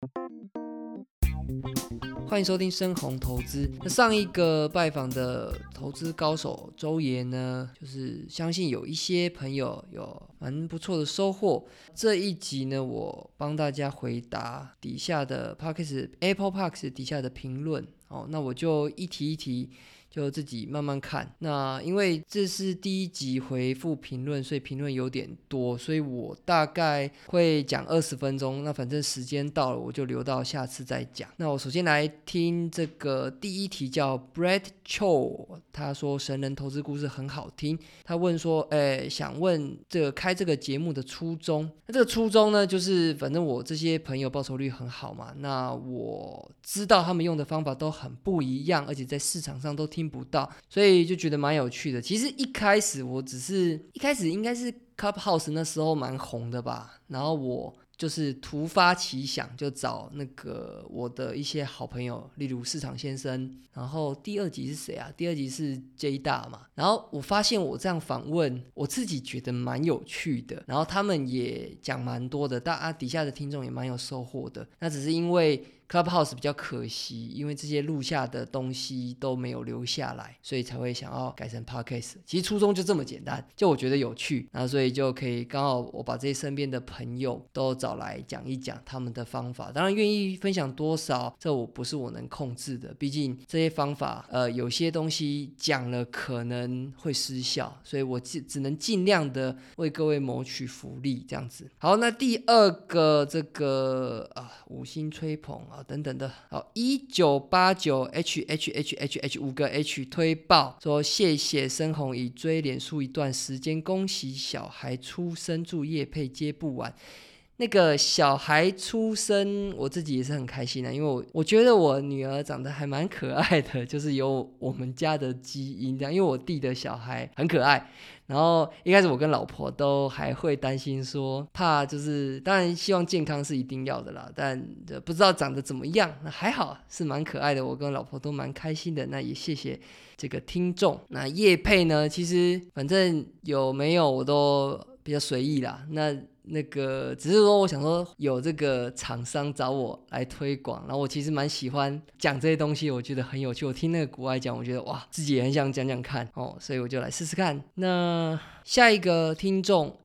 欢迎收听深红投资。那上一个拜访的投资高手周爷呢，就是相信有一些朋友有蛮不错的收获。这一集呢，我帮大家回答底下的 Apple Podcast 底下的评论。那我就一题一题就自己慢慢看。那因为这是第一集回复评论，所以评论有点多，所以我大概会讲20分钟。那反正时间到了，我就留到下次再讲。那我首先来听这个第一题，叫 Brad Cho， 他说神人投资故事很好听。他问说，想问开这个节目的初衷。那这个初衷呢，就是反正我这些朋友报酬率很好嘛，那我知道他们用的方法都很不一样，而且在市场上都听不到，所以就觉得蛮有趣的。其实一开始应该是 Clubhouse 那时候蛮红的吧，然后我就是突发奇想，就找那个我的一些好朋友，例如市场先生，然后第二集是谁啊？第二集是 J 大嘛。然后我发现我这样访问，我自己觉得蛮有趣的，然后他们也讲蛮多的，底下的听众也蛮有收获的。那只是因为Clubhouse 比较可惜，因为这些录下的东西都没有留下来，所以才会想要改成 Podcast。其实初衷就这么简单，就我觉得有趣，然后所以就可以刚好我把这些身边的朋友都找来讲一讲他们的方法。当然愿意分享多少，这不是我能控制的，毕竟这些方法有些东西讲了可能会失效，所以我只能尽量的为各位谋取福利这样子。好，那第二个这个五星吹捧等等的。好，1989 5个 H 推爆说谢谢深红已追脸书一段时间，恭喜小孩出生，祝业配接不完。那个小孩出生我自己也是很开心的，因为我觉得我女儿长得还蛮可爱的，就是有我们家的基因这样。因为我弟的小孩很可爱，然后一开始我跟老婆都还会担心说，怕就是当然希望健康是一定要的啦，但不知道长得怎么样。那还好是蛮可爱的，我跟老婆都蛮开心的。那也谢谢这个听众。那业配呢，其实反正有没有我都比较随意啦。那个只是说我想说有这个厂商找我来推广，然后我其实蛮喜欢讲这些东西，我觉得很有趣。我听那个国外讲，我觉得哇，自己也很想讲讲看所以我就来试试看。那下一个听众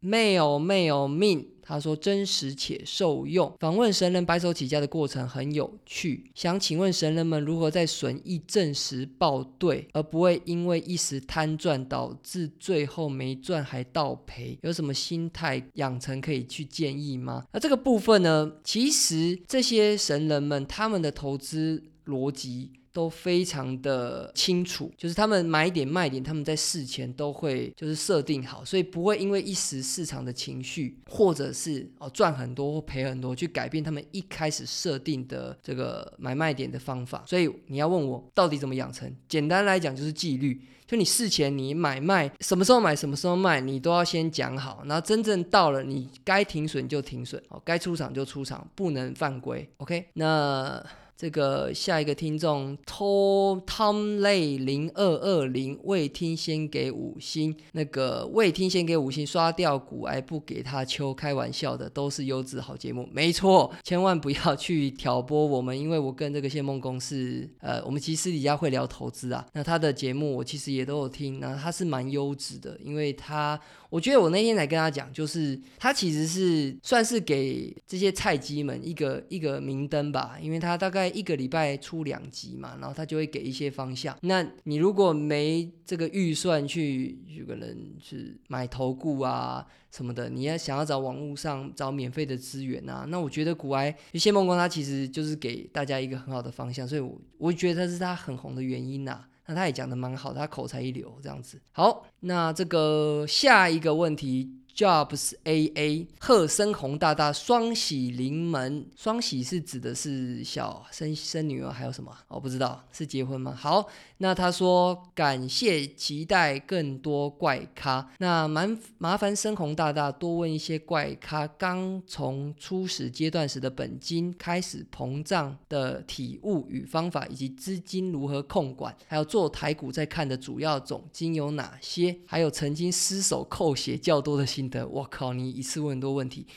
Mail Min，他说真实且受用，访问神人白手起家的过程很有趣，想请问神人们如何在损益正时报对，而不会因为一时贪赚导致最后没赚还倒赔，有什么心态养成可以去建议吗？那这个部分呢，其实这些神人们他们的投资逻辑都非常的清楚，就是他们买点卖点他们在事前都会就是设定好，所以不会因为一时市场的情绪或者是赚很多或赔很多去改变他们一开始设定的这个买卖点的方法。所以你要问我到底怎么养成，简单来讲就是纪律，就你事前你买卖什么时候买什么时候卖你都要先讲好，然后真正到了你该停损就停损，该出场就出场，不能犯规。 OK， 那这个下一个听众 Tom Lay 0220未听先给5星，那个未听先给5星，刷掉股癌不给他秋，开玩笑的，都是优质好节目。没错，千万不要去挑拨我们，因为我跟这个谢梦公是我们其实私底下会聊投资啊。那他的节目我其实也都有听，那他是蛮优质的，因为我觉得我那天来跟他讲，就是他其实是算是给这些菜鸡们一个明灯吧，因为他大概1个礼拜出2集嘛，然后他就会给一些方向。那你如果没这个预算去可能是买投顾啊什么的，你想要找网络上找免费的资源啊，那我觉得股癌谢梦光他其实就是给大家一个很好的方向，所以我觉得这是他很红的原因啊。那他也讲得蛮好，他口才一流这样子。好，那这个下一个问题Jobs AA 贺生红大大双喜临门，双喜是指的是生女儿还有什么？我不知道是结婚吗？好，那他说感谢期待更多怪咖，那麻烦生红大大多问一些怪咖刚从初始阶段时的本金开始膨胀的体悟与方法，以及资金如何控管，还有做台股在看的主要总金有哪些，还有曾经失手扣血较多的心得。我靠，你一次问很多问题。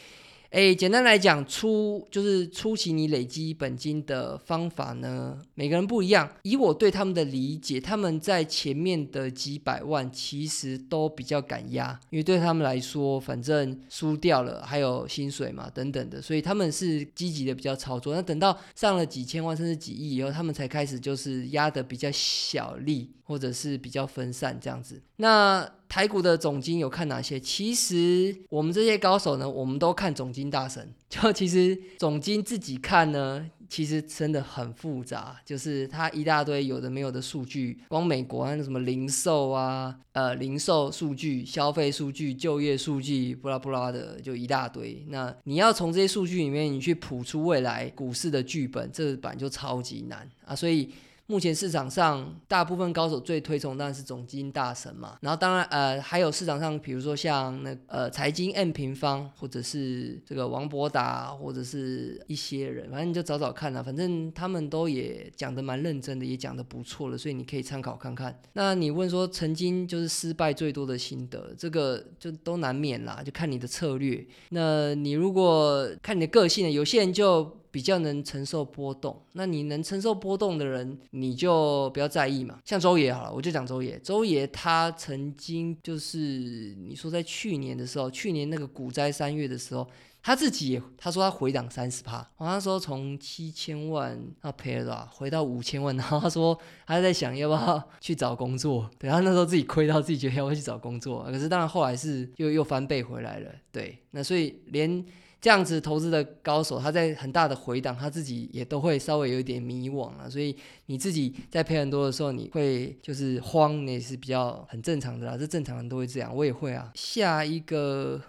简单来讲，就是初期你累积本金的方法呢，每个人不一样。以我对他们的理解，他们在前面的几百万其实都比较敢压，因为对他们来说，反正输掉了还有薪水嘛等等的，所以他们是积极的比较操作。那等到上了几千万甚至几亿以后，他们才开始就是压的比较小力，或者是比较分散这样子。那台股的总经有看哪些？其实我们这些高手呢，我们都看总经大神。就其实总经自己看呢，其实真的很复杂，就是它一大堆有的没有的数据，光美国那什么零售啊、零售数据、消费数据、就业数据，布拉布拉的就一大堆。那你要从这些数据里面，你去谱出未来股市的剧本，这版就超级难啊，所以。目前市场上大部分高手最推崇当然是总经大神嘛，然后当然还有市场上比如说像财经 M 平方，或者是这个王博达，或者是一些人，反正你就找找看啦，反正他们都也讲得蛮认真的，也讲得不错了，所以你可以参考看看。那你问说曾经就是失败最多的心得，这个就都难免啦，就看你的策略。那你如果看你的个性呢，有些人就比较能承受波动，那你能承受波动的人，你就不要在意嘛。像周爷好了，我就讲周爷他曾经就是你说在去年的时候，去年那个股灾3月的时候，他自己也他说他回档30%，那时候从7000万他赔了多少，回到5000万，然后他说他在想要不要去找工作，对，他那时候自己亏到自己觉得要不要去找工作，可是当然后来是又翻倍回来了，对，那所以连这样子投资的高手，他在很大的回档，他自己也都会稍微有一点迷惘啊，所以你自己在赔很多的时候，你会就是慌，也是比较很正常的啦，这正常人都会这样，我也会啊。下一个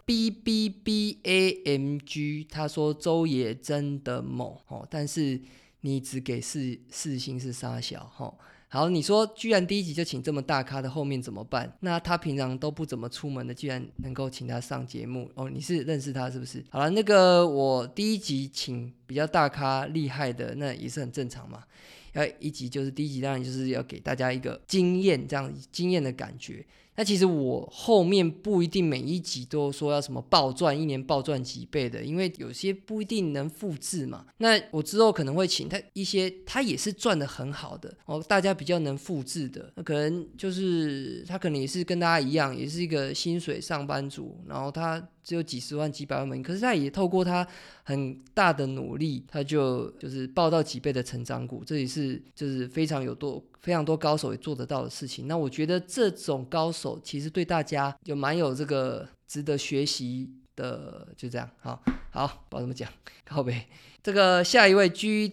BBBAMG， 他说周爷真的猛但是你只给四星是杀小好，你说居然第一集就请这么大咖的，后面怎么办？那他平常都不怎么出门的，居然能够请他上节目你是认识他是不是？好了，那个我第一集请比较大咖厉害的，那也是很正常嘛。要一集就是第一集，当然就是要给大家一个经验，这样经验的感觉。那其实我后面不一定每一集都说要什么暴赚，一年暴赚几倍的，因为有些不一定能复制嘛。那我之后可能会请他一些，他也是赚得很好的大家比较能复制的。那可能就是他可能也是跟大家一样，也是一个薪水上班族，然后他只有几十万几百万美金，可是他也透过他很大的努力，他就是报到几倍的成长股，这也是就是非常多高手也做得到的事情。那我觉得这种高手其实对大家有蛮有这个值得学习的，就这样。好，不知道怎么讲，靠北。这个下一位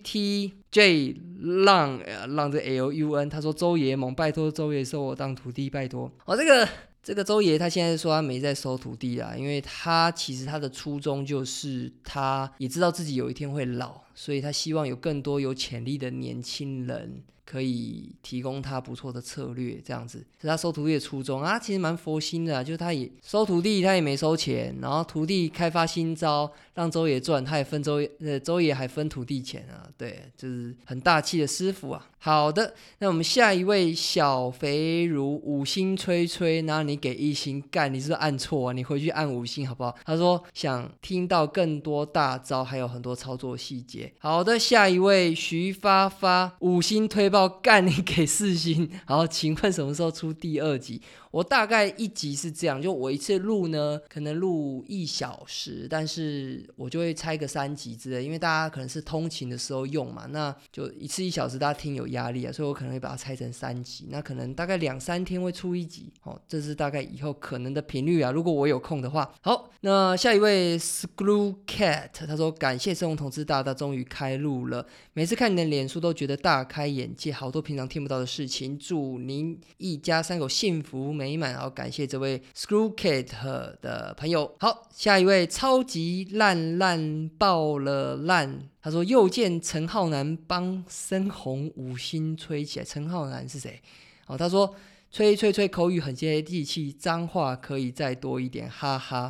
GTJ 浪这 LUN， 他说周爷猛，拜托周爷收我当徒弟，拜托。这个周爷他现在说他没在收徒弟啦，因为他其实他的初衷就是他也知道自己有一天会老，所以他希望有更多有潜力的年轻人可以提供他不错的策略，这样子是他收徒弟的初衷啊。其实蛮佛心的就是他也收徒弟，他也没收钱，然后徒弟开发新招让周爷赚，他也分周爷还分徒弟钱啊，对，就是很大气的师傅啊。好的，那我们下一位小肥如5星吹吹，然后你给1星，干，你是不是按错你回去按5星好不好？他说想听到更多大招，还有很多操作细节。好的，下一位徐发发5星推爆，干，你给4星。好，请问什么时候出第2集？我大概一集是这样，就我一次录呢，可能录1小时，但是我就会拆个3集之类，因为大家可能是通勤的时候用嘛，那就一次1小时，大家听有压力啊，所以我可能会把它拆成3集，那可能大概2-3天会出1集这是大概以后可能的频率啊，如果我有空的话。好，那下一位 Screw Cat， 他说感谢生活投资大大终于开录了，每次看你的脸书都觉得大开眼界，好多平常听不到的事情，祝您一家3口幸福美满。好，感谢这位 Screw Cat 的朋友。好，下一位超级烂爆了烂，他说又见陈浩南帮深红5星吹起来。陈浩南是谁？他说吹口语很接地气，脏话可以再多一点，哈哈。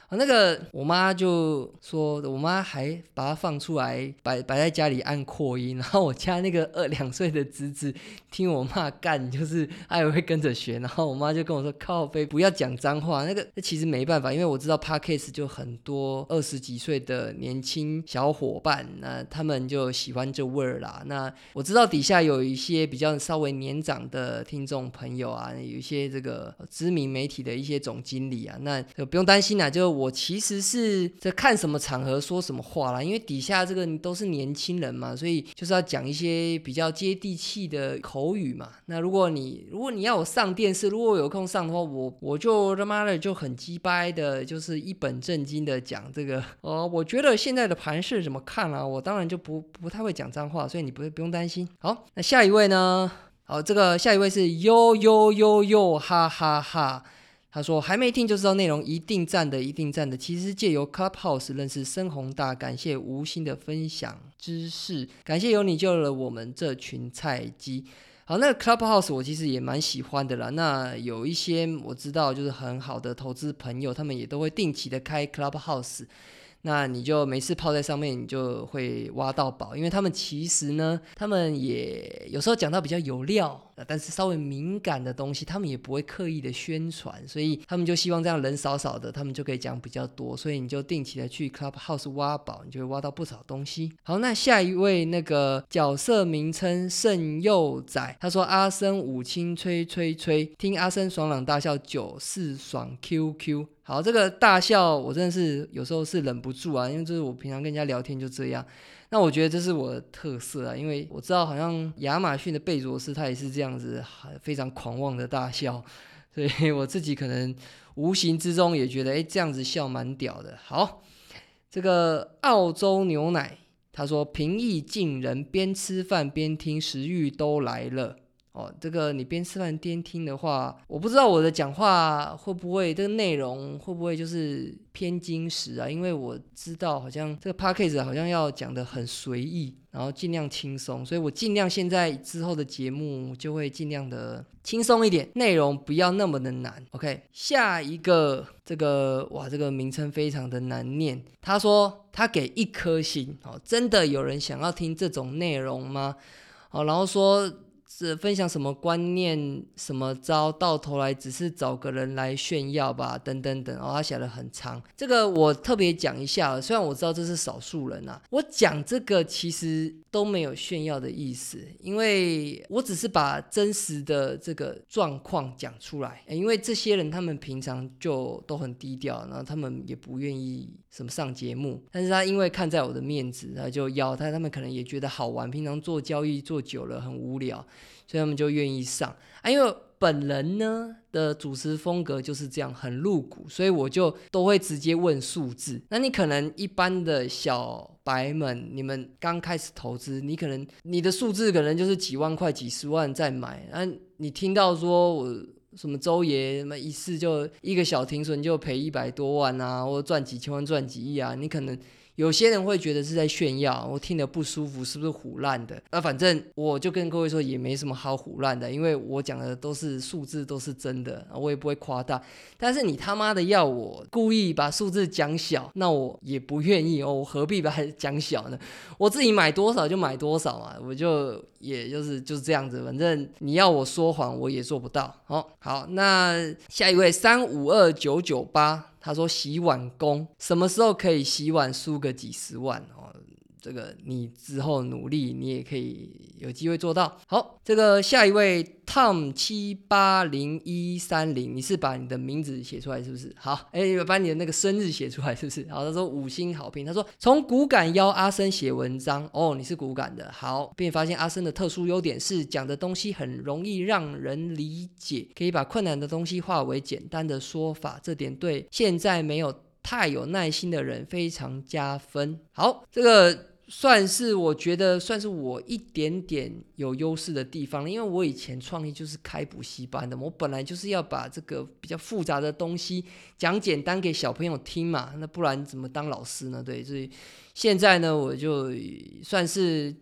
那个我妈就说，我妈还把它放出来摆在家里按扩音，然后我家那个2岁的侄子听我妈干，就是他也会跟着学，然后我妈就跟我说靠北不要讲脏话，那其实没办法，因为我知道 Podcast 就很多20几岁的年轻小伙伴，那他们就喜欢这味儿啦。那我知道底下有一些比较稍微年长的听众朋友啊，有一些这个知名媒体的一些总经理啊，那不用担心啦，就我其实是在看什么场合说什么话啦，因为底下这个都是年轻人嘛，所以就是要讲一些比较接地气的口语嘛。那如果你要我上电视，如果我有空上的话，我就他妈的就很鸡掰的，就是一本正经的讲这个我觉得现在的盘势怎么看啊，我当然就不太会讲脏话，所以你不用担心。好，那下一位呢？好，这个下一位是呦呦呦呦哈哈哈。他说还没听就知道内容一定赞的，一定赞的。其实借由 Clubhouse 认识深宏大，感谢吴昕的分享知识，感谢有你救了我们这群菜鸡。好，那个 Clubhouse 我其实也蛮喜欢的啦。那有一些我知道就是很好的投资朋友，他们也都会定期的开 Clubhouse。那你就没事泡在上面，你就会挖到宝，因为他们其实呢，他们也有时候讲到比较有料，但是稍微敏感的东西，他们也不会刻意的宣传，所以他们就希望这样人少少的，他们就可以讲比较多，所以你就定期的去 Clubhouse 挖宝，你就会挖到不少东西。好，那下一位那个角色名称圣佑仔，他说阿生五清吹吹吹，听阿生爽朗大笑94爽 QQ。好，这个大笑我真的是有时候是忍不住啊，因为就是我平常跟人家聊天就这样。那我觉得这是我的特色啊，因为我知道好像亚马逊的贝佐斯他也是这样子非常狂妄的大笑，所以我自己可能无形之中也觉得这样子笑蛮屌的。好，这个澳洲牛奶他说平易近人，边吃饭边听，食欲都来了。这个你边吃饭边听的话，我不知道我的讲话会不会这个内容会不会就是偏精实啊？因为我知道好像这个 podcast 好像要讲得很随意，然后尽量轻松，所以我尽量现在之后的节目就会尽量的轻松一点，内容不要那么的难。OK， 下一个这个这个名称非常的难念，他说他给1颗星，真的有人想要听这种内容吗？然后说是分享什么观念什么招，到头来只是找个人来炫耀吧，等等等。他写得很长，这个我特别讲一下，虽然我知道这是少数人啊，我讲这个其实都没有炫耀的意思，因为我只是把真实的这个状况讲出来。因为这些人他们平常就都很低调，然后他们也不愿意什么上节目，但是他因为看在我的面子，他就邀他们可能也觉得好玩，平常做交易做久了很无聊，所以他们就愿意上因为本人呢的主持风格就是这样，很露骨，所以我就都会直接问数字。那你可能一般的小白们，你们刚开始投资，你可能你的数字可能就是几万块几十万再买，你听到说我什么周爷一次就一个小停损就赔100多万啊，或赚几千万赚几亿啊，你可能有些人会觉得是在炫耀，我听得不舒服，是不是唬烂的？反正我就跟各位说，也没什么好唬烂的，因为我讲的都是数字，都是真的，我也不会夸大。但是你他妈的要我故意把数字讲小，那我也不愿意我何必把它讲小呢？我自己买多少就买多少嘛，我就也就是这样子，反正你要我说谎，我也做不到。好，那下一位352998。他说洗碗工什么时候可以洗碗输个几十万这个你之后努力你也可以有机会做到。好，这个下一位 Tom780130， 你是把你的名字写出来是不是？好，把你的那个生日写出来是不是？好，他说5星好评，他说从骨感邀阿生写文章你是骨感的。好，并发现阿生的特殊优点是讲的东西很容易让人理解，可以把困难的东西化为简单的说法，这点对现在没有太有耐心的人非常加分。好，这个我觉得算是我一点点有优势的地方，因为我以前创业就是开补习班的，我本来就是要把这个比较复杂的东西讲简单给小朋友听嘛，那不然怎么当老师呢？对，所以现在呢，我就算是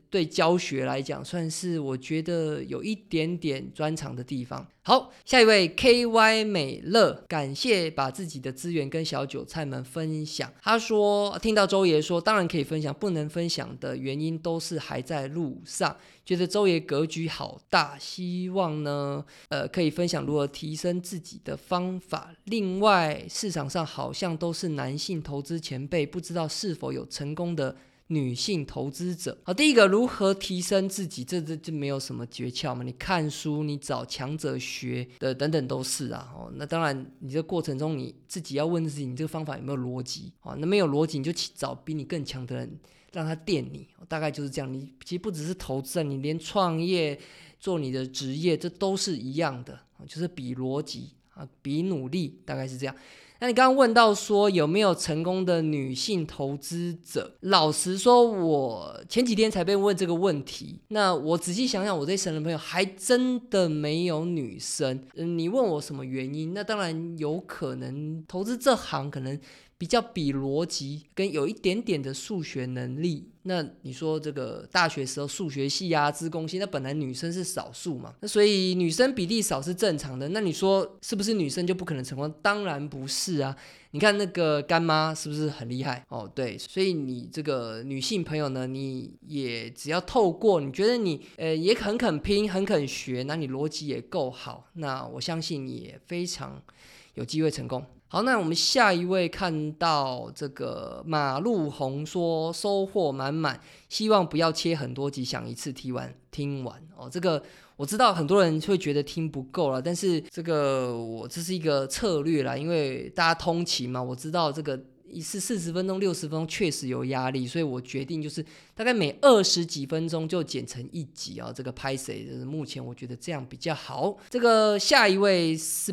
对教学来讲算是我觉得有一点点专长的地方。好，下一位 KY 美乐，感谢把自己的资源跟小韭菜们分享。他说听到周爷说当然可以分享，不能分享的原因都是还在路上，觉得周爷格局好大，希望呢可以分享如何提升自己的方法。另外市场上好像都是男性投资前辈，不知道是否有成功的女性投资者。好，第一个如何提升自己，这就没有什么诀窍嘛，你看书，你找强者学的等等都是啊。那当然你这过程中你自己要问自己，你这个方法有没有逻辑。那没有逻辑你就找比你更强的人让他电你，大概就是这样。你其实不只是投资，你连创业做你的职业这都是一样的，就是比逻辑比努力，大概是这样。那你刚刚问到说有没有成功的女性投资者，老实说我前几天才被问这个问题，那我仔细想想，我这些神人朋友还真的没有女生。你问我什么原因，那当然有可能投资这行可能比较比逻辑跟有一点点的数学能力。那你说这个大学时候数学系啊资工系，那本来女生是少数嘛，那所以女生比例少是正常的。那你说是不是女生就不可能成功？当然不是啊。你看那个干妈是不是很厉害？对，所以你这个女性朋友呢，你也只要透过你觉得你也很肯拼很肯学，那你逻辑也够好，那我相信你也非常有机会成功。好，那我们下一位看到这个马路红说收获满满，希望不要切很多集，想一次听完这个我知道很多人会觉得听不够了，但是这是一个策略啦，因为大家通勤嘛，我知道这个一次40分钟60分钟确实有压力，所以我决定就是大概每20几分钟就剪成一集这个拍谁，目前我觉得这样比较好。这个下一位是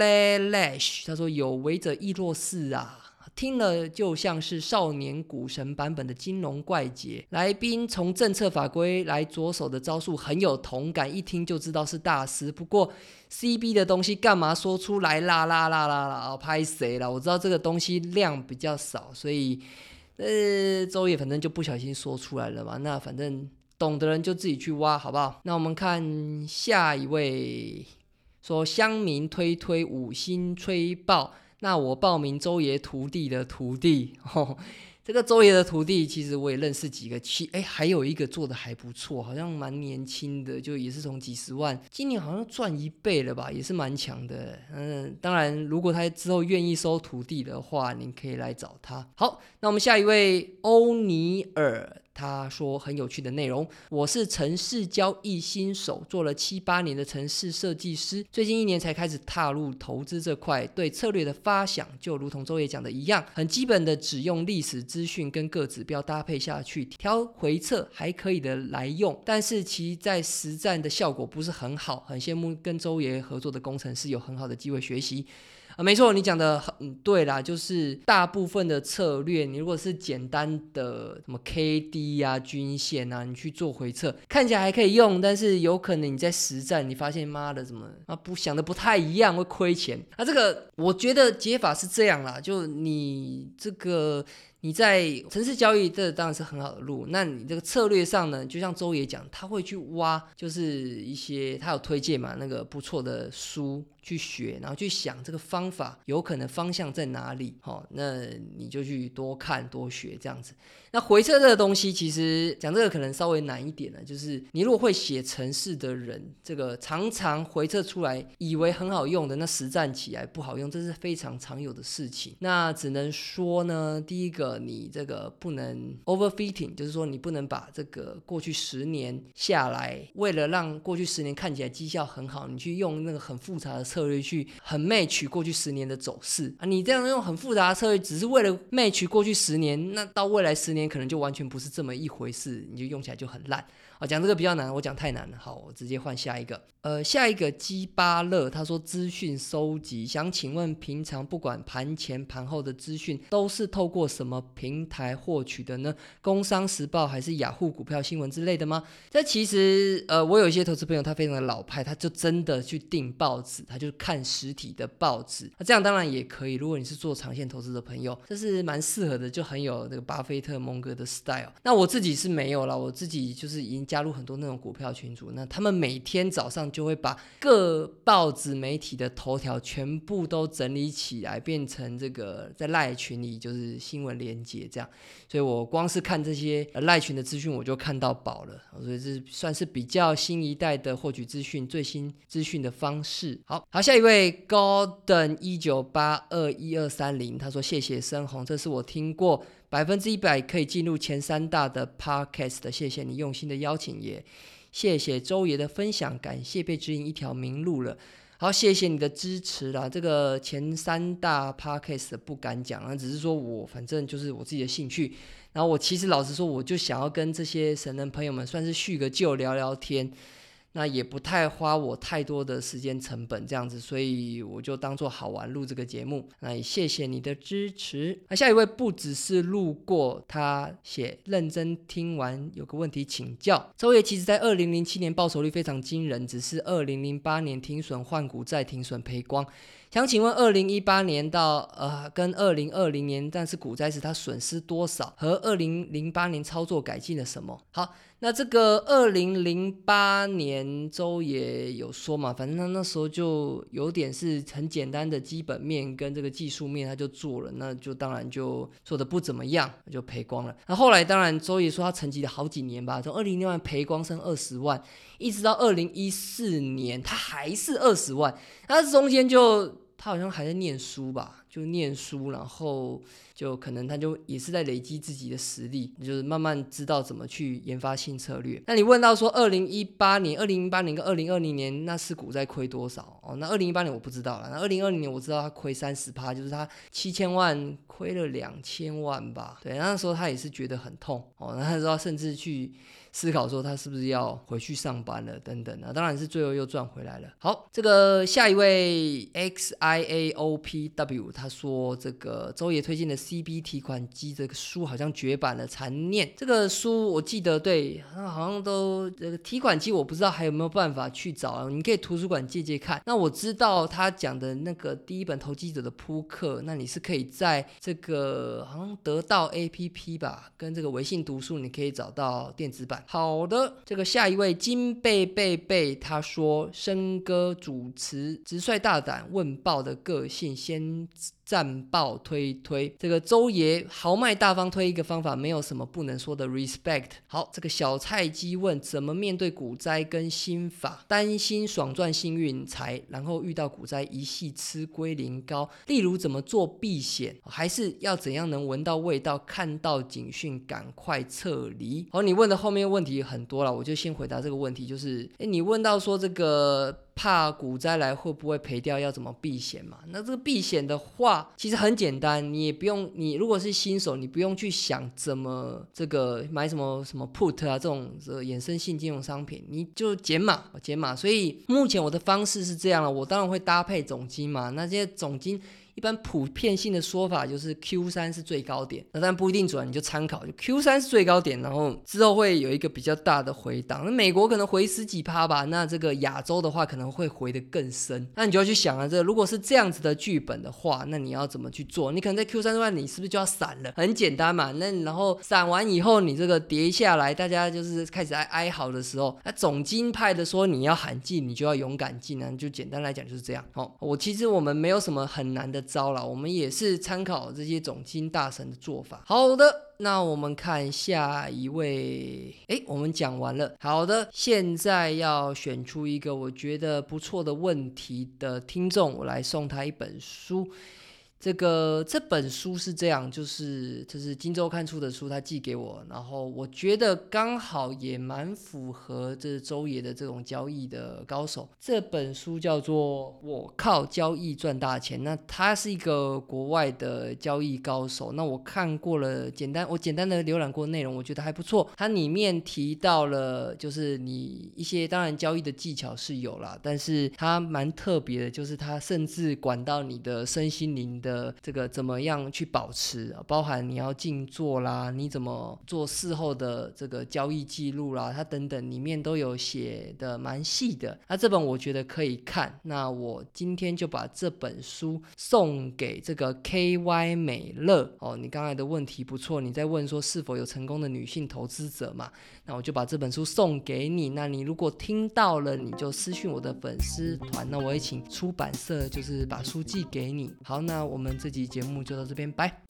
Blash， 他说有违者亦若是啊，听了就像是少年股神版本的金融怪杰。来宾从政策法规来着手的招数很有同感，一听就知道是大师。不过 CB 的东西干嘛说出来啦，拍谁啦？我知道这个东西量比较少，所以周也反正就不小心说出来了嘛。那反正懂的人就自己去挖，好不好？那我们看下一位。说乡民推5星吹爆，那我报名周爷徒弟的徒弟这个周爷的徒弟其实我也认识几个，还有一个做的还不错，好像蛮年轻的，就也是从几十万，今年好像赚1倍了吧，也是蛮强的。当然如果他之后愿意收徒弟的话，你可以来找他。好，那我们下一位欧尼尔，他说很有趣的内容，我是程式交易新手，做了7、8年的程式设计师，最近1年才开始踏入投资这块，对策略的发想就如同周爷讲的一样，很基本的只用历史资讯跟各指标搭配下去，挑回测还可以的来用，但是其在实战的效果不是很好，很羡慕跟周爷合作的工程师有很好的机会学习。没错，你讲的很对啦，就是大部分的策略，你如果是简单的什么 KD 啊、均线啊，你去做回测，看起来还可以用，但是有可能你在实战，你发现妈的怎么不想的不太一样，会亏钱。这个我觉得解法是这样啦，就你这个。你在程式交易这当然是很好的路，那你这个策略上呢，就像周爷讲，他会去挖，就是一些他有推荐嘛，那个不错的书去学，然后去想这个方法有可能方向在哪里，那你就去多看多学这样子。那回测这个东西，其实讲这个可能稍微难一点了，就是你如果会写程式的人，这个常常回测出来以为很好用的，那实战起来不好用，这是非常常有的事情。那只能说呢，第一个你这个不能 overfitting， 就是说你不能把这个过去10年下来，为了让过去10年看起来绩效很好，你去用那个很复杂的策略去很 match 过去10年的走势你这样用很复杂的策略只是为了 match 过去10年，那到未来10年可能就完全不是这么一回事，你就用起来就很烂讲这个比较难，我讲太难了。好，我直接换下一个。下一个鸡巴乐，他说资讯收集，想请问平常不管盘前盘后的资讯都是透过什么么平台获取的呢？工商时报还是雅虎股票新闻之类的吗？这其实我有一些投资朋友他非常的老派，他就真的去订报纸，他就看实体的报纸，这样当然也可以。如果你是做长线投资的朋友，这是蛮适合的，就很有那个巴菲特蒙哥的 style。那我自己是没有啦，我自己就是已经加入很多那种股票群组，那他们每天早上就会把各报纸媒体的头条全部都整理起来，变成这个在赖群里就是新闻连结这样，所以我光是看这些赖群的资讯我就看到饱了，所以这算是比较新一代的获取资讯最新资讯的方式。好，下一位 Golden19821230，他说谢谢深红，这是我听过100%可以进入前3大的 podcast 的，谢谢你用心的邀请，也谢谢周爷的分享，感谢被指引一条明路了。好，谢谢你的支持啦。这个前3大 podcast 不敢讲，只是说我反正就是我自己的兴趣。然后我其实老实说，我就想要跟这些神人朋友们算是叙个旧，聊聊天。那也不太花我太多的时间成本这样子，所以我就当做好玩录这个节目。那也谢谢你的支持。下一位不只是路过，他写认真听完有个问题请教。周爷其实在2007年报酬率非常惊人，只是2008年停损换股再停损赔光。想请问2018年到跟2020年但是股灾时他损失多少，和2008年操作改进了什么？好，那这个2008年周也有说嘛，反正他那时候就有点是很简单的基本面跟这个技术面他就做了，那就当然就做的不怎么样，就赔光了。那后来当然周也说他沉寂了好几年吧，从2006年赔光剩20万，一直到2014年他还是20万，他中间他好像还在念书吧，就念书，然后就可能他就也是在累积自己的实力，就是慢慢知道怎么去研发新策略。那你问到说2018年跟2020年那是股灾亏多少？那2018年我不知道了，那2020年我知道他亏30%，就是他7000万亏了2000万吧。对，那时候他也是觉得很痛那时候甚至去思考说他是不是要回去上班了等等当然是最后又赚回来了。好，这个下一位 XIAOPW 他说这个周爷推荐的 CB 提款机这个书好像绝版了，残念。这个书我记得对，好像都这个提款机我不知道还有没有办法去找你可以图书馆借看。那我知道他讲的那个第一本投机者的扑克，那你是可以在这个好像得到 APP 吧，跟这个微信读书你可以找到电子版。好的，这个下一位金贝贝贝他说生哥主持直率大胆问报的个性，先战报推这个周爷豪迈大方推一个方法，没有什么不能说的 respect。 好，这个小菜鸡问怎么面对股灾跟心法，担心爽赚幸运财，然后遇到股灾一系吃归零高，例如怎么做避险，还是要怎样能闻到味道看到警讯赶快撤离。好，你问的后面问题很多了，我就先回答这个问题，就是你问到说这个怕股灾来会不会赔掉，要怎么避险嘛？那这个避险的话其实很简单，你也不用，你如果是新手你不用去想怎么这个买什么 put 这种衍生性金融商品，你就减码。所以目前我的方式是这样了，我当然会搭配总金嘛，那些总金一般普遍性的说法就是 Q3 是最高点，那当然不一定准，你就参考，就 Q3 是最高点，然后之后会有一个比较大的回档，那美国可能回10几%吧，那这个亚洲的话可能会回得更深，那你就要去想这如果是这样子的剧本的话，那你要怎么去做？你可能在 Q3 的话你是不是就要闪了？很简单嘛，那然后闪完以后你这个跌下来，大家就是开始哀嚎的时候，那总经派的说你要喊进，你就要勇敢进就简单来讲就是这样。其实我们没有什么很难的招啦，我们也是参考这些总经大神的做法。好的，那我们看下一位，我们讲完了。好的，现在要选出一个我觉得不错的问题的听众，我来送他一本书。这本书是这样，就是金周刊出的书，他寄给我，然后我觉得刚好也蛮符合这周爷的这种交易的高手。这本书叫做《我靠交易赚大钱》，那他是一个国外的交易高手，那我看过了我简单的浏览过内容，我觉得还不错。它里面提到了就是你一些当然交易的技巧是有啦，但是它蛮特别的，就是它甚至管到你的身心灵的的这个怎么样去保持，包含你要静坐啦，你怎么做事后的这个交易记录啦，它等等里面都有写的蛮细的。那这本我觉得可以看，那我今天就把这本书送给这个 KY 美乐你刚才的问题不错，你在问说是否有成功的女性投资者嘛，那我就把这本书送给你，那你如果听到了你就私讯我的粉丝团，那我会请出版社就是把书寄给你。好，那我们这集节目就到这边，拜。